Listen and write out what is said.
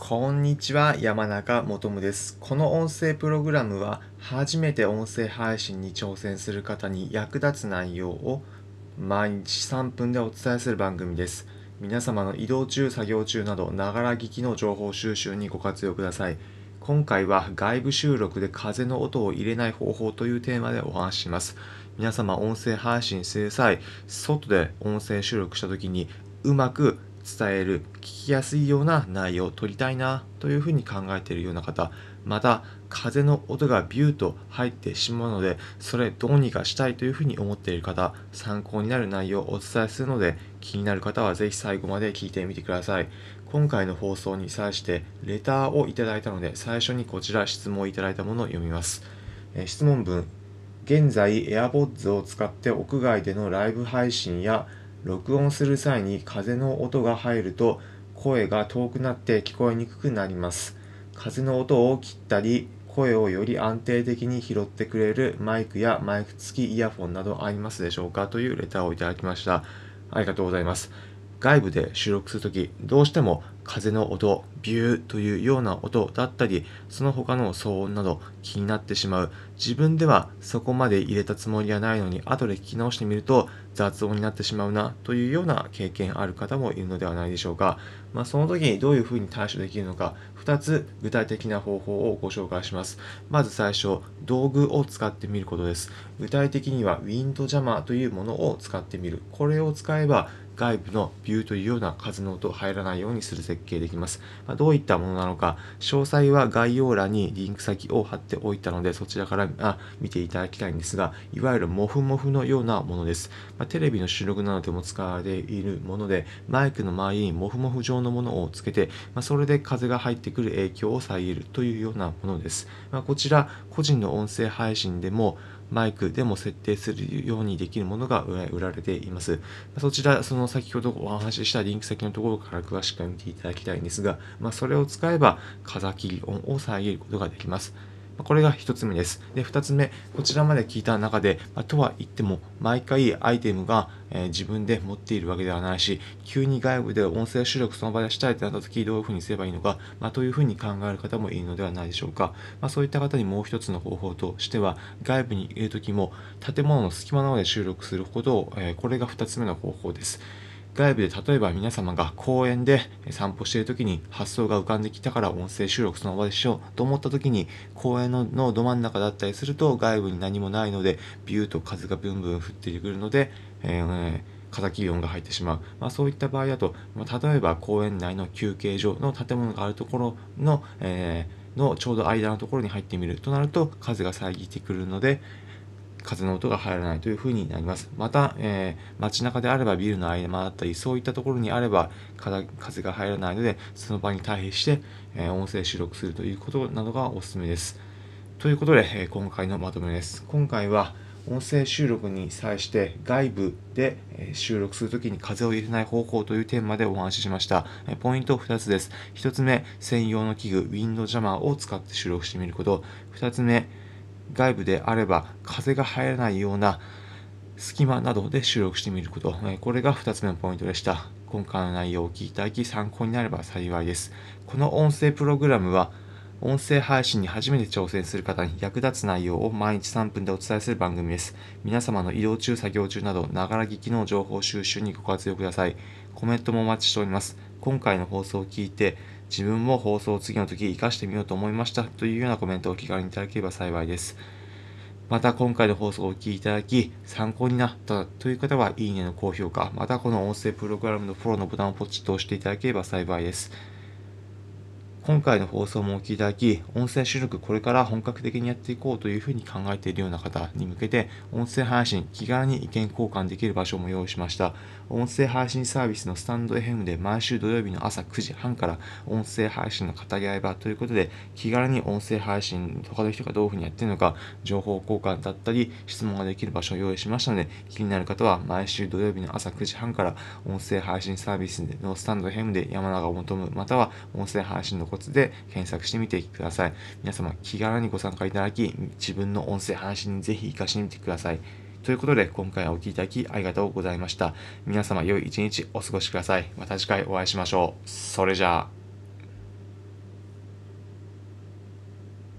こんにちは、山中もとむです。この音声プログラムは、初めて音声配信に挑戦する方に役立つ内容を毎日3分でお伝えする番組です。皆様の移動中、作業中など、ながら聞きの情報収集にご活用ください。今回は外部収録で風の音を入れない方法というテーマでお話しします。皆様、音声配信する際、外で音声収録した時にうまく伝える、聞きやすいような内容を取りたいなというふうに考えているような方、また風の音がビューと入ってしまうので、それどうにかしたいというふうに思っている方、参考になる内容をお伝えするので、気になる方はぜひ最後まで聞いてみてください。今回の放送に際してレターをいただいたので、最初にこちら質問をいただいたものを読みます。質問文。現在 AirPods を使って屋外でのライブ配信や録音する際に風の音が入ると声が遠くなって聞こえにくくなります。風の音を切ったり、声をより安定的に拾ってくれるマイクやマイク付きイヤフォンなどありますでしょうか、というレターをいただきました。ありがとうございます。外部で収録するとき、どうしても風の音、ビューというような音だったり、その他の騒音など気になってしまう。自分ではそこまで入れたつもりはないのに、後で聞き直してみると雑音になってしまうなというような経験ある方もいるのではないでしょうか。その時にどういうふうに対処できるのか、2つ具体的な方法をご紹介します。まず最初、道具を使ってみることです。具体的にはウィンドジャマーというものを使ってみる。これを使えば外部のビューというような風の音を入らないようにする設計できます。どういったものなのか、詳細は概要欄にリンク先を貼っておいたので、そちらから見ていただきたいんですが、いわゆるモフモフのようなものです。テレビの収録などでも使われているもので、マイクの周りにモフモフ状のものをつけて、それで風が入ってくる影響を遮るというようなものです。こちら、個人の音声配信でも、マイクでも設定するようにできるものが売られています。そちら、その先ほどお話ししたリンク先のところから詳しく見ていただきたいんですが、それを使えば風切り音を遮ることができます。これが一つ目です。で、二つ目、こちらまで聞いた中で、とは言っても、毎回アイテムが、自分で持っているわけではないし、急に外部で音声収録その場でしたいとなった時、どういうふうにすればいいのか、というふうに考える方もいるのではないでしょうか。そういった方にもう一つの方法としては、外部にいる時も、建物の隙間などで収録することを、これが二つ目の方法です。外部で例えば皆様が公園で散歩している時に発想が浮かんできたから音声収録その場でしようと思った時に、公園のど真ん中だったりすると外部に何もないのでビューと風がブンブン降ってくるので、風切り音が入ってしまう。そういった場合だと、例えば公園内の休憩所の建物があるところのちょうど間のところに入ってみるとなると風が遮ってくるので、風の音が入らないというふうになります。また、街中であればビルの合間だったり、そういったところにあれば風が入らないので、その場に対比して、音声収録するということなどがおすすめです。ということで、今回のまとめです。今回は音声収録に際して外部で収録するときに風を入れない方法というテーマでお話ししました。ポイント2つです。1つ目、専用の器具、ウィンドジャマーを使って収録してみること。2つ目、外部であれば風が入らないような隙間などで収録してみること。これが2つ目のポイントでした。今回の内容を聞いていただき参考になれば幸いです。この音声プログラムは音声配信に初めて挑戦する方に役立つ内容を毎日3分でお伝えする番組です。皆様の移動中、作業中など、ながら聞きの情報収集にご活用ください。コメントもお待ちしております。今回の放送を聞いて、自分も放送を次の時活かしてみようと思いましたというようなコメントをお気軽にいただければ幸いです。また今回の放送をお聞きいただき、参考になったという方は、いいねの高評価、またこの音声プログラムのフォローのボタンをポチッと押していただければ幸いです。今回の放送もお聞きいただき、音声収録これから本格的にやっていこうというふうに考えているような方に向けて、音声配信、気軽に意見交換できる場所も用意しました。音声配信サービスのスタンド FM で毎週土曜日の朝9時半から音声配信の語り合い場ということで、気軽に音声配信、他の人がどういうふうにやっているのか、情報交換だったり、質問ができる場所を用意しましたので、気になる方は毎週土曜日の朝9時半から音声配信サービスのスタンド FM で山永を求む、または音声配信のコツで検索してみてください。皆様気軽にご参加いただき、自分の音声配信にぜひ活かしてみてください。ということで、今回はお聞きいただきありがとうございました。皆様良い一日お過ごしください。また次回お会いしましょう。それじゃあ。